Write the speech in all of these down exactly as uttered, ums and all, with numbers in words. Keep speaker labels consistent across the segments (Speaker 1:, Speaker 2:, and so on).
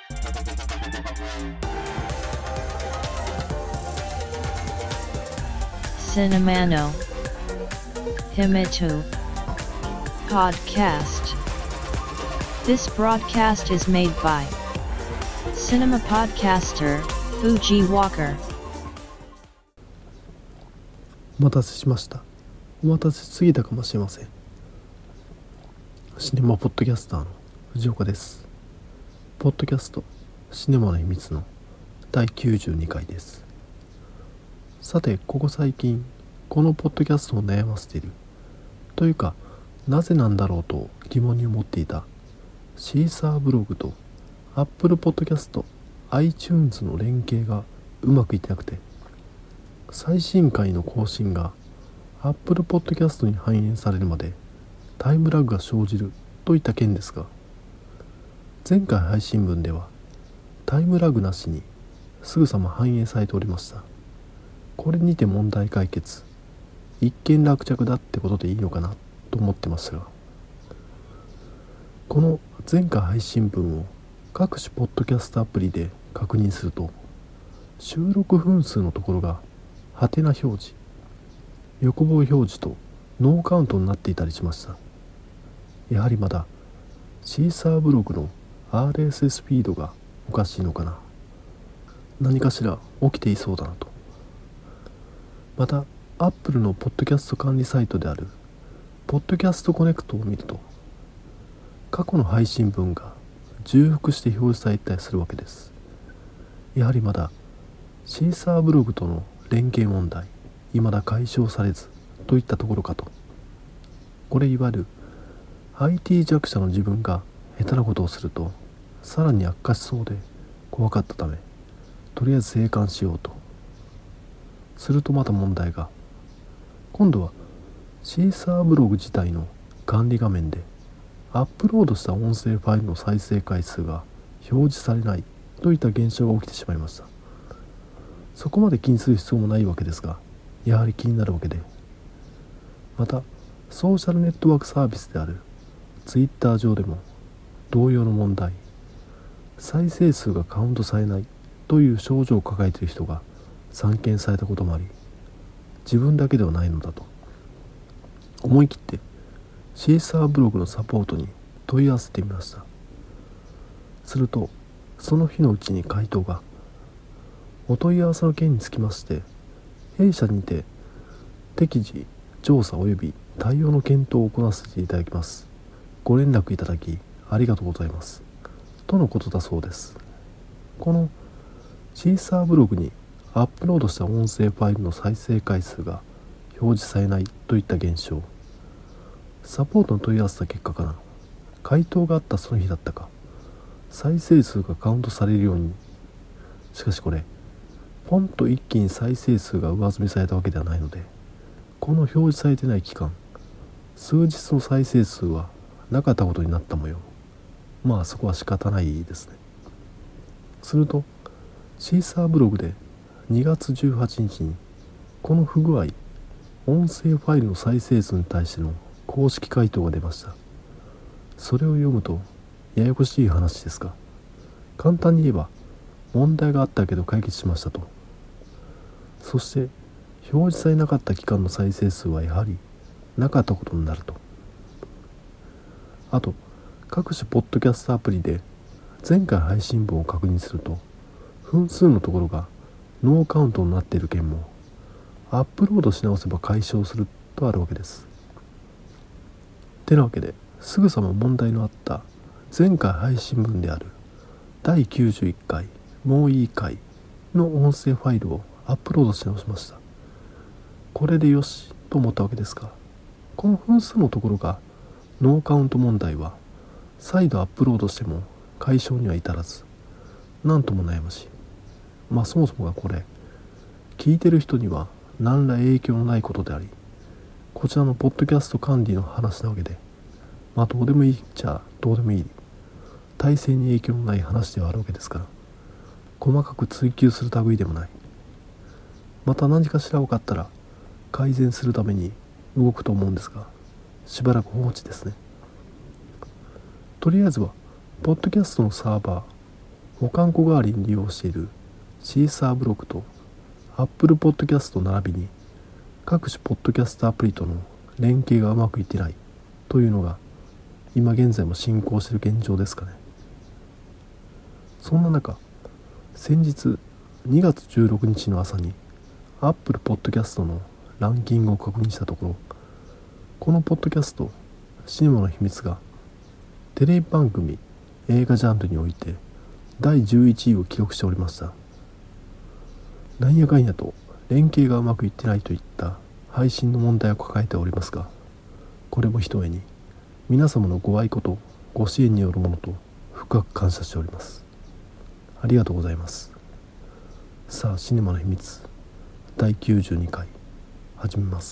Speaker 1: Cinemano Himitu Podcast. This broadcast is made by Cinema Podcaster Fuji Walker.
Speaker 2: お待たせしました。お待たせしすぎたかもしれません。シネマポッドキャスターの藤岡です。ポッドキャストシネマの秘密のだいきゅうじゅうにかいです。さて、ここ最近このポッドキャストを悩ませているというか、なぜなんだろうと疑問に思っていたシーサーブログと Apple Podcast、iTunes の連携がうまくいってなくて、最新回の更新が Apple Podcast に反映されるまでタイムラグが生じるといった件ですが、前回配信分ではタイムラグなしにすぐさま反映されておりました。これにて問題解決、一件落着だってことでいいのかなと思ってましたが、この前回配信分を各種ポッドキャストアプリで確認すると、収録分数のところがハテナ表示、横棒表示とノーカウントになっていたりしました。やはりまだシーサーブログの アールエスエス フィードがおかしいのかな。何かしら起きていそうだなと。また Apple のポッドキャスト管理サイトであるポッドキャストコネクトを見ると、過去の配信分が重複して表示されたりするわけです。やはりまだシーサーブログとの連携問題、未だ解消されずといったところかと。これいわゆる アイティー 弱者の自分が下手なことをするとさらに悪化しそうで怖かったため、とりあえず静観しようとすると、また問題が。今度はシーサーブログ自体の管理画面でアップロードした音声ファイルの再生回数が表示されないといった現象が起きてしまいました。そこまで気にする必要もないわけですが、やはり気になるわけで、またソーシャルネットワークサービスであるツイッター上でも同様の問題、再生数がカウントされないという症状を抱えている人が散見されたこともあり、自分だけではないのだと思い切ってシーサーブログのサポートに問い合わせてみました。するとその日のうちに回答が、お問い合わせの件につきまして弊社にて適時調査及び対応の検討を行わせていただきます。ご連絡いただきありがとうございますとのことだそうです。このシーサーブログにアップロードした音声ファイルの再生回数が表示されないといった現象、サポートの問い合わせた結果かな、回答があったその日だったか、再生数がカウントされるように。しかしこれポンと一気に再生数が上積みされたわけではないので、この表示されてない期間、数日の再生数はなかったことになった模様。まあそこは仕方ないですね。するとシーサーブログでにがつじゅうはちにちにこの不具合、音声ファイルの再生数に対しての公式回答が出ました。それを読むとややこしい話ですが、簡単に言えば問題があったけど解決しましたと。そして表示されなかった期間の再生数はやはりなかったことになると。あと各種ポッドキャストアプリで前回配信分を確認すると、分数のところがノーカウントになっている件もアップロードし直せば解消するとあるわけです。てなわけですぐさま問題のあった前回配信分であるだいきゅうじゅういっかいもういい回の音声ファイルをアップロードし直しました。これでよしと思ったわけですが、この分数のところがノーカウント問題は再度アップロードしても解消には至らず、なんとも悩ましい。まあそもそもがこれ聞いてる人には何ら影響のないことであり、こちらのポッドキャスト管理の話なわけで、まあどうでもいいっちゃどうでもいい、体制に影響のない話ではあるわけですから、細かく追求する類でもない。また何かしら分かったら改善するために動くと思うんですが、しばらく放置ですね。とりあえずはポッドキャストのサーバー保管庫代わりに利用しているシーサーブログと Apple Podcast 並びに各種ポッドキャストアプリとの連携がうまくいってないというのが今現在も進行している現状ですかね。そんな中、先日にがつじゅうろくにちの朝に Apple Podcast のランキングを確認したところ、このポッドキャストシネマの秘密がテレビ番組映画ジャンルにおいてだいじゅういちいを記録しておりました。なんやかんやと連携がうまくいってないといった配信の問題を抱えておりますが、これもひとえに皆様のご愛顧とご支援によるものと深く感謝しております。ありがとうございます。さあ、シネマの秘密だいきゅうじゅうにかい始めます。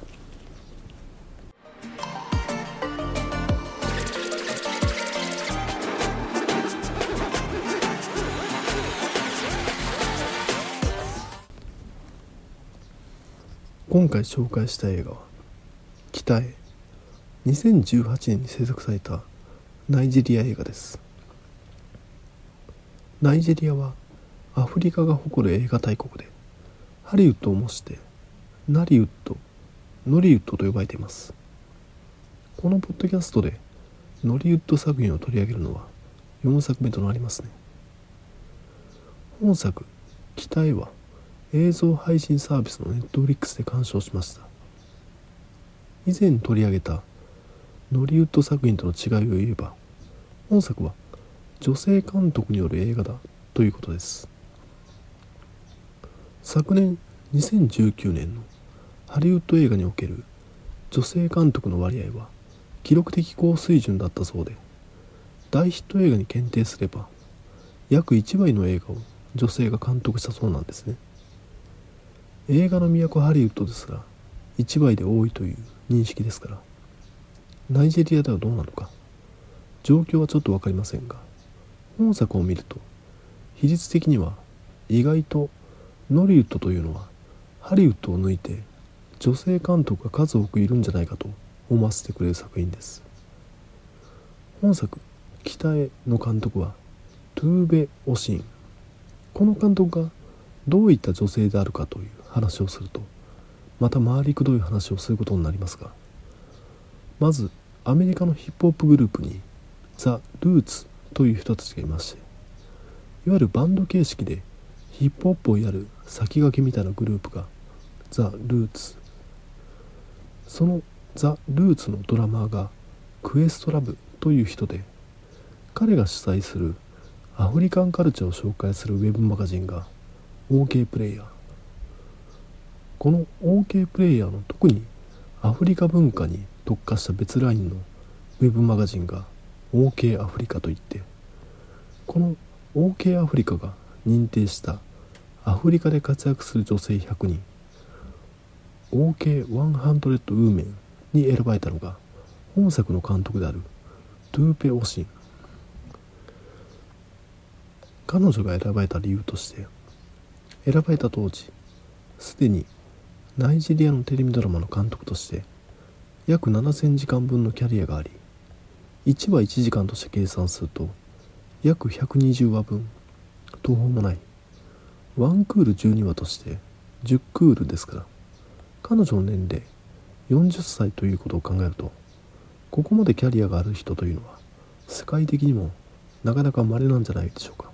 Speaker 2: 今回紹介した映画は北へ、にせんじゅうはちねんに制作されたナイジェリア映画です。ナイジェリアはアフリカが誇る映画大国で、ハリウッドを模してナリウッド、ノリウッドと呼ばれています。このポッドキャストでノリウッド作品を取り上げるのはよんさくめとなりますね。本作北へは映像配信サービスのネットフリックスで鑑賞しました。以前取り上げたノリウッド作品との違いを言えば、本作は女性監督による映画だということです。昨年にせんじゅうきゅうねんのハリウッド映画における女性監督の割合は記録的高水準だったそうで、大ヒット映画に検定すれば約いちばいの映画を女性が監督したそうなんですね。映画の都ハリウッドですがいちばいで多いという認識ですから、ナイジェリアではどうなのか状況はちょっと分かりませんが、本作を見ると比率的には意外とノリウッドというのはハリウッドを抜いて女性監督が数多くいるんじゃないかと思わせてくれる作品です。本作北への監督はトゥーベ・オシン。この監督がどういった女性であるかという話をするとまた回りくどい話をすることになりますが、まずアメリカのヒップホップグループにザ・ルーツという人たちがいまして、いわゆるバンド形式でヒップホップをやる先駆けみたいなグループがザ・ルーツ。そのザ・ルーツのドラマーがクエストラブという人で、彼が主催するアフリカンカルチャーを紹介するウェブマガジンが OK プレイヤー。この OK プレイヤーの特にアフリカ文化に特化した別ラインのウェブマガジンが OK アフリカといって、この OK アフリカが認定したアフリカで活躍する女性ひゃくにん オーケーひゃく ウーメンに選ばれたのが本作の監督であるトゥーペ・オシン。彼女が選ばれた理由として、選ばれた当時すでにナイジェリアのテレビドラマの監督として約ななせんじかんぶんのキャリアがあり、いちわいちじかんとして計算すると約ひゃくにじゅうわぶん、途方もない。ワンクールじゅうにわとしてじゅっクールですから、彼女の年齢よんじゅっさいということを考えると、ここまでキャリアがある人というのは世界的にもなかなか稀なんじゃないでしょうか。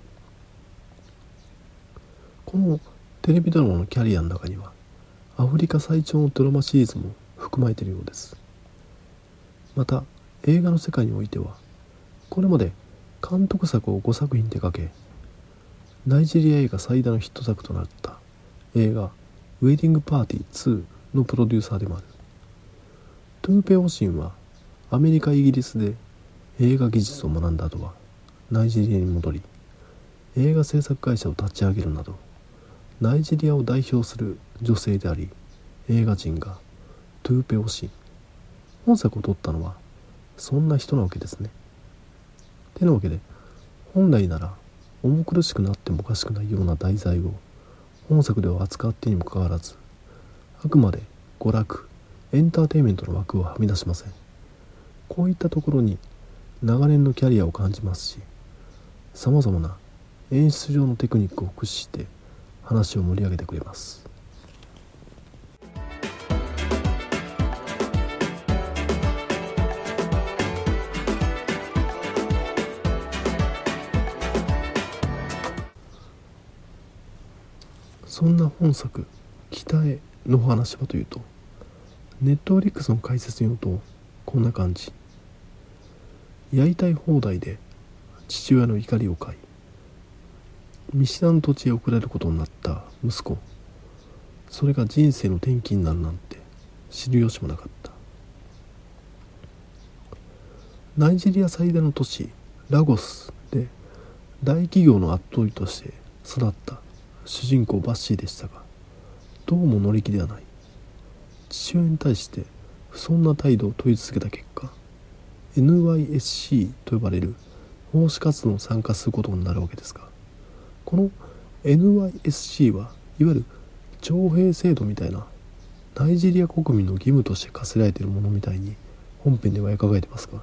Speaker 2: このテレビドラマのキャリアの中にはアフリカ最長のドラマシリーズも含まれているようです。また映画の世界においては、これまで監督作をごさくひん手掛け、ナイジェリア映画最大のヒット作となった映画ウェディングパーティーツーのプロデューサーでもある。トゥーペ・オシンはアメリカイギリスで映画技術を学んだ後はナイジェリアに戻り、映画制作会社を立ち上げるなど、ナイジェリアを代表する女性であり映画人がトゥーペ・オシン。本作を撮ったのはそんな人なわけですね。てなわけで、本来なら重苦しくなってもおかしくないような題材を本作では扱ってにもかかわらず、あくまで娯楽エンターテインメントの枠をはみ出しません。こういったところに長年のキャリアを感じますし、さまざまな演出上のテクニックを駆使して話を盛り上げてくれます。そんな本作北への話はというと、ネットフリックスの解説によるとこんな感じ。やりたい放題で父親の怒りを買い、見知らぬ土地へ送られることになった息子、それが人生の転機になるなんて知る由もなかった。ナイジェリア最大の都市ラゴスで大企業の後取りとして育った主人公バッシーでしたが、どうも乗り気ではない。父親に対して不遜な態度を問い続けた結果、 エヌワイエスシー と呼ばれる奉仕活動に参加することになるわけですが、この エヌワイエスシー はいわゆる徴兵制度みたいなナイジェリア国民の義務として課せられているものみたいに本編では描かれていますが、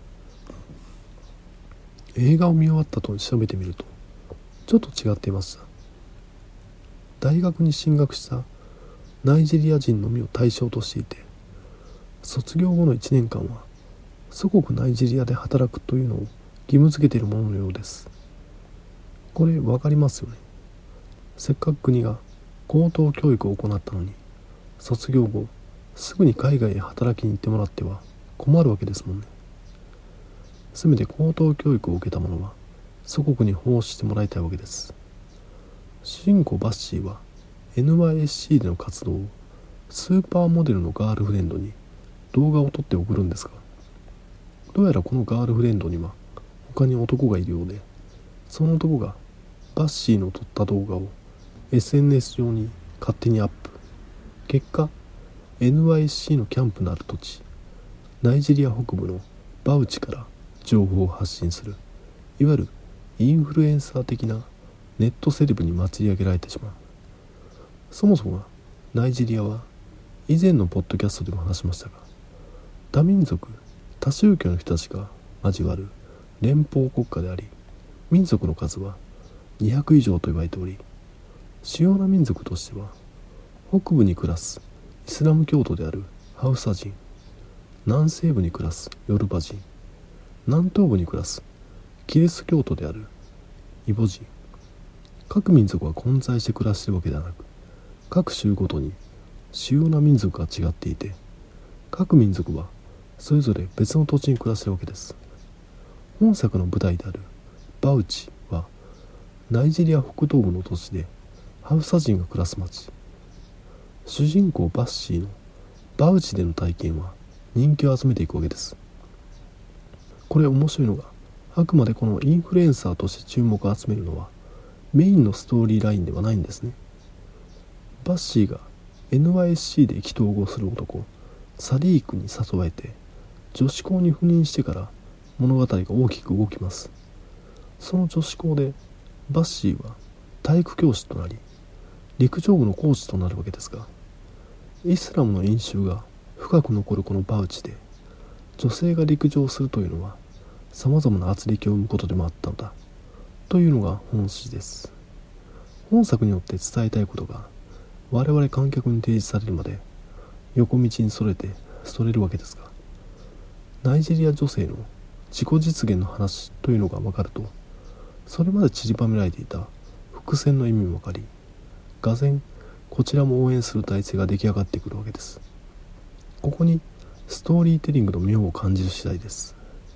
Speaker 2: 映画を見終わった後に調べてみるとちょっと違っていました。大学に進学したナイジェリア人のみを対象としていて、卒業後のいちねんかんは祖国ナイジェリアで働くというのを義務付けているもののようです。これ分かりますよね。せっかく国が高等教育を行ったのに、卒業後すぐに海外へ働きに行ってもらっては困るわけですもんね。せめて高等教育を受けた者は祖国に奉仕してもらいたいわけです。主人公バッシーは エヌワイエスシー での活動をスーパーモデルのガールフレンドに動画を撮って送るんですが、どうやらこのガールフレンドには他に男がいるようで、その男がバッシーの撮った動画を エスエヌエス 上に勝手にアップ。結果 エヌワイエスシー のキャンプのある土地ナイジェリア北部のバウチから情報を発信する、いわゆるインフルエンサー的なネットセレブに祭り上げられてしまう。そもそもがナイジェリアは以前のポッドキャストでも話しましたが、多民族多宗教の人たちが交わる連邦国家であり、民族の数はにひゃく以上と言われており、主要な民族としては北部に暮らすイスラム教徒であるハウサ人、南西部に暮らすヨルバ人、南東部に暮らすキリスト教徒であるイボ人。各民族は混在して暮らしているわけではなく、各州ごとに主要な民族が違っていて、各民族はそれぞれ別の土地に暮らしているわけです。本作の舞台であるバウチはナイジェリア北東部の土地でハウサ人が暮らす町。主人公バッシーのバウチでの体験は人気を集めていくわけです。これ面白いのが、あくまでこのインフルエンサーとして注目を集めるのはメインのストーリーラインではないんですね。バッシーが エヌワイエスシー で意気投合する男サディークに誘われて女子校に赴任してから物語が大きく動きます。その女子校でバッシーは体育教師となり陸上部のコーチとなるわけですが、イスラムの因習が深く残るこのバウチで女性が陸上するというのはさまざまな圧力を生むことでもあったのだというのが本筋です。本作によって伝えたいことが我々観客に提示されるまで横道にそれてそれるわけですが、ナイジェリア女性の自己実現の話というのが分かると、それまで散りばめられていた伏線の意味も分かり、がぜんこちらも応援する体制が出来上がってくるわけです。ここにストーリーテリングの妙を感じる次第です。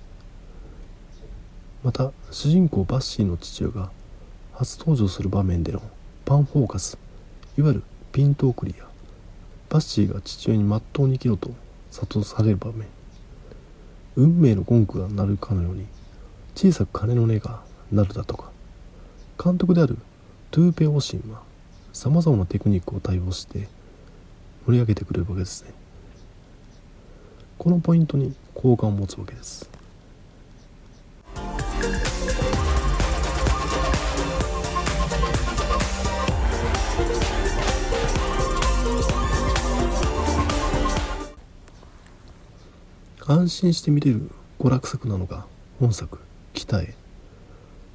Speaker 2: また主人公バッシーの父親が初登場する場面でのパンフォーカス、いわゆるピント送りやバッシーが父親にまっとうに生きろと諭される場面、運命のゴングが鳴るかのように小さく鐘の音が鳴るだとか、監督であるトゥーペオシンはさまざまなテクニックを対応して盛り上げてくれるわけですね。このポイントに好感を持つわけです。安心して見れる娯楽作なのが本作北へ。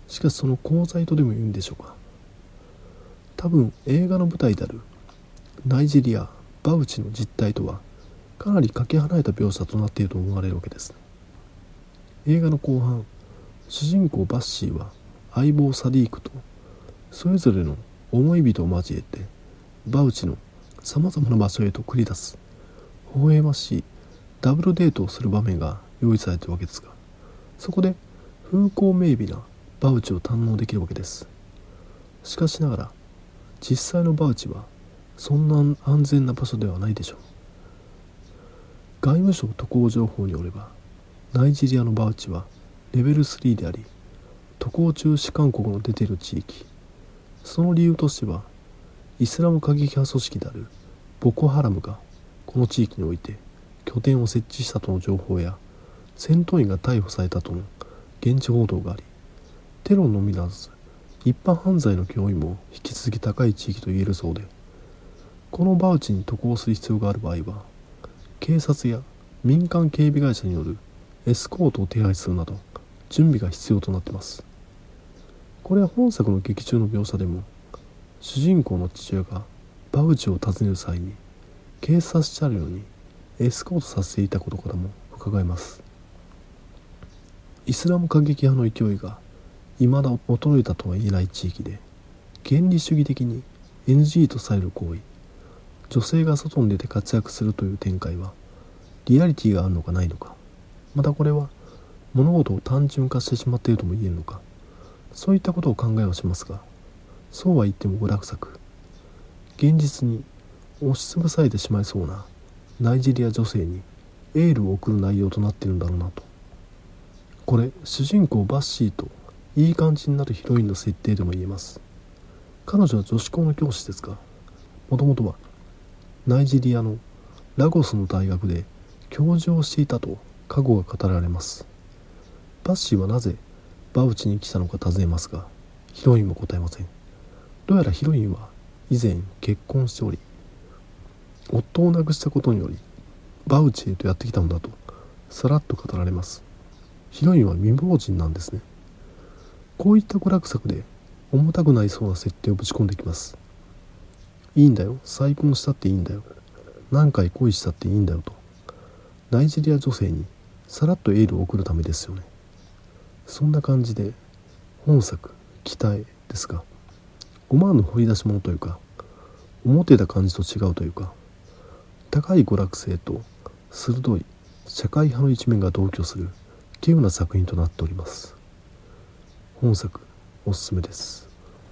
Speaker 2: しかしその功罪とでも言うんでしょうか。多分映画の舞台であるナイジェリア・バウチの実態とはかなりかけ離れた描写となっていると思われるわけです。映画の後半、主人公バッシーは相棒サディークとそれぞれの思い人を交えてバウチのさまざまな場所へと繰り出す微笑ましいダブルデートをする場面が用意されているわけですが、そこで風光明媚なバウチを堪能できるわけです。しかしながら実際のバウチはそんな安全な場所ではないでしょう。外務省渡航情報によれば、ナイジェリアのバウチはレベルスリーであり、渡航中止勧告の出ている地域。その理由としては、イスラム過激派組織であるボコハラムがこの地域において拠点を設置したとの情報や、戦闘員が逮捕されたとの現地報道があり、テロのみならず一般犯罪の脅威も引き続き高い地域と言えるそうで、このバウチに渡航する必要がある場合は、警察や民間警備会社によるエスコートを手配するなど準備が必要となっています。これは本作の劇中の描写でも、主人公の父親がバウチを訪ねる際に警察車両にエスコートさせていたことからも伺えます。イスラム過激派の勢いが未だ衰えたとは言えない地域で、原理主義的に エヌジー とされる行為、女性が外に出て活躍するという展開はリアリティがあるのかないのか、またこれは物事を単純化してしまっているとも言えるのか、そういったことを考えはしますが、そうは言っても娯楽作、現実に押しつぶされてしまいそうなナイジェリア女性にエールを送る内容となっているんだろうなと。これ主人公バッシーといい感じになるヒロインの設定でも言えます。彼女は女子校の教師ですが、もともとはナイジェリアのラゴスの大学で教授をしていたと過去が語られます。バッシーはなぜバウチに来たのか尋ねますが、ヒロインも答えません。どうやらヒロインは以前結婚しており、夫を亡くしたことによりバウチへとやってきたのだとさらっと語られます。ヒロインは未亡人なんですね。こういった娯楽作で重たくなりそうな設定をぶち込んできます。いいんだよ、再婚したっていいんだよ、何回恋したっていいんだよと、ナイジェリア女性にさらっとエールを送るためですよね。そんな感じで本作期待ですが、思わぬ掘り出し物というか、思ってた感じと違うというか、高い娯楽性と鋭い社会派の一面が同居する稀有な作品となっております。本作おすすめです。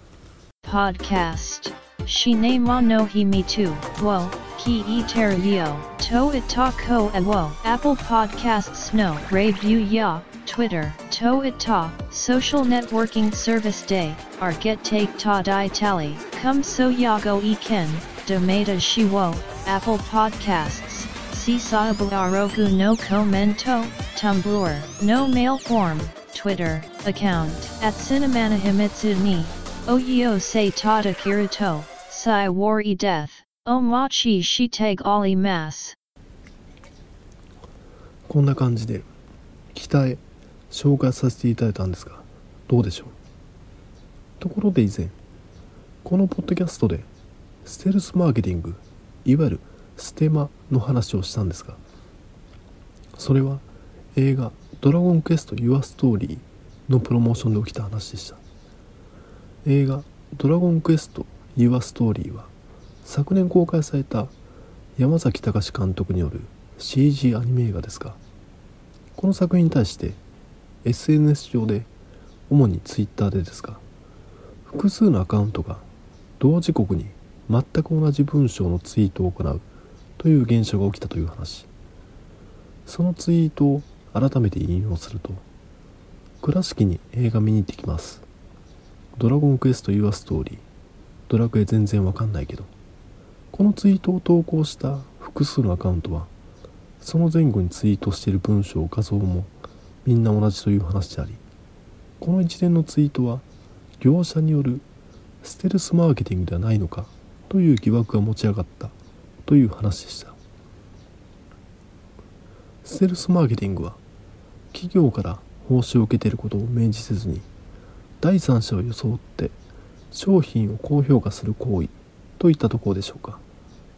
Speaker 1: Podcast Shine mo no himi tu wo ki e ter yo to itako e wo Apple Podcasts no review ya Twitter to ita social networking service day ar get take ta di tally come so yago e ken domata shi wo Apple Podcasts si saabu arogu no commento Tumblr no mail form Twitter account at Cinemana Himitsu ni Oyo se tada kiruto sai wari death omachi shiteg ali mas。
Speaker 2: こんな感じで期待紹介させていただいたんですが、どうでしょう。ところで以前このポッドキャストでステルスマーケティング、いわゆるステマの話をしたんですが、それは映画ドラゴンクエストユアストーリーのプロモーションで起きた話でした。映画ドラゴンクエストユアストーリーは昨年公開された山崎隆監督による シージー アニメ映画ですが、この作品に対して エスエヌエス 上で、主にツイッターでですが、複数のアカウントが同時刻に全く同じ文章のツイートを行うという現象が起きたという話。そのツイートを改めて引用すると、倉敷に映画見に行ってきます、ドラゴンクエストユアストーリー、ドラクエ全然わかんないけど。このツイートを投稿した複数のアカウントは、その前後にツイートしている文章画像もみんな同じという話であり、この一連のツイートは業者によるステルスマーケティングではないのかという疑惑が持ち上がったという話でした。ステルスマーケティングは企業から報酬を受けていることを明示せずに、 第三者を装って商品を高評価する行為といったところでしょうか。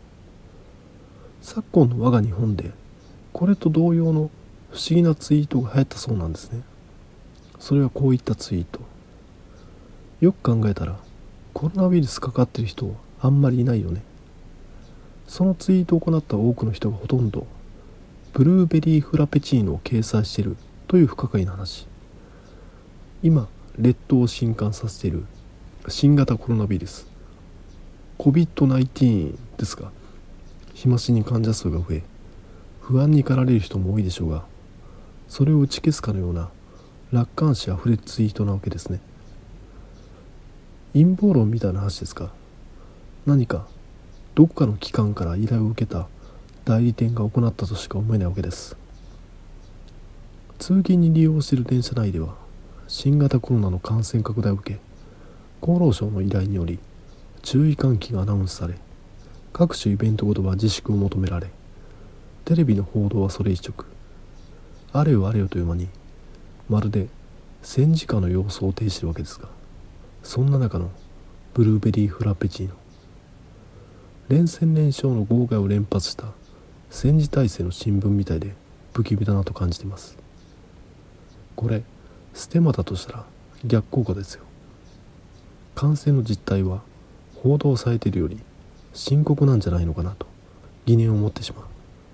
Speaker 2: 昨今の我が日本でこれと同様の不思議なツイートが流行ったそうなんですね。それはこういったツイート。よく考えたらコロナウイルスかかってる人あんまりいないよね。そのツイートを行った多くの人がほとんどブルーベリーフラペチーノを掲載しているという不可解な話。今列島を震撼させている新型コロナウイルス コビッドナインティーン ですが、日増しに患者数が増え不安に駆られる人も多いでしょうが、それを打ち消すかのような楽観視あふれるツイートなわけですね。陰謀論みたいな話ですか。何かどこかの機関から依頼を受けた代理店が行ったとしか思えないわけです。通勤に利用している電車内では新型コロナの感染拡大を受け、厚労省の依頼により注意喚起がアナウンスされ、各種イベントごとは自粛を求められ、テレビの報道はそれ一色。あれよあれよという間にまるで戦時下の様相を呈しているわけですが、そんな中のブルーベリーフラペチーノ、連戦連勝の号外を連発した戦時体制の新聞みたいで不気味だなと感じています。これステマだとしたら逆効果ですよ。感染の実態は報道されているより深刻なんじゃないのかなと疑念を持ってしま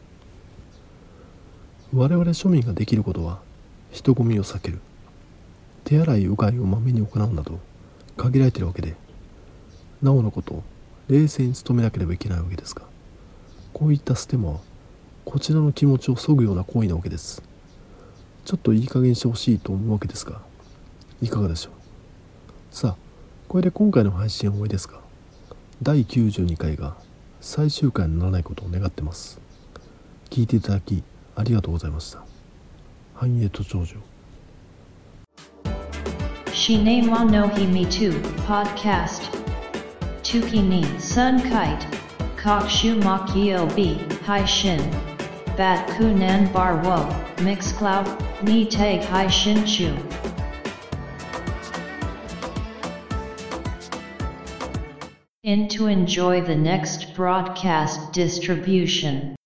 Speaker 2: う。我々庶民ができることは人混みを避ける、手洗いうがいをまめに行うなど限られているわけで、なおのこと冷静に努めなければいけないわけですが、こういったステマはこちらの気持ちを削ぐような行為なわけです。ちょっといい加減にしてほしいと思うわけですが、いかがでしょう。さあ、これで今回の配信は終わりですが、だいきゅうじゅうにかいが最終回にならないことを願ってます。聞いていただきありがとうございました。繁栄と長寿。
Speaker 1: Shine wa no himi to podcast. Tuki ni sun kite. Kokshu makio b hai shin. Bat kunan bar wo. Mixcloud ni tag hai shin chu. In to enjoy the next broadcast distribution.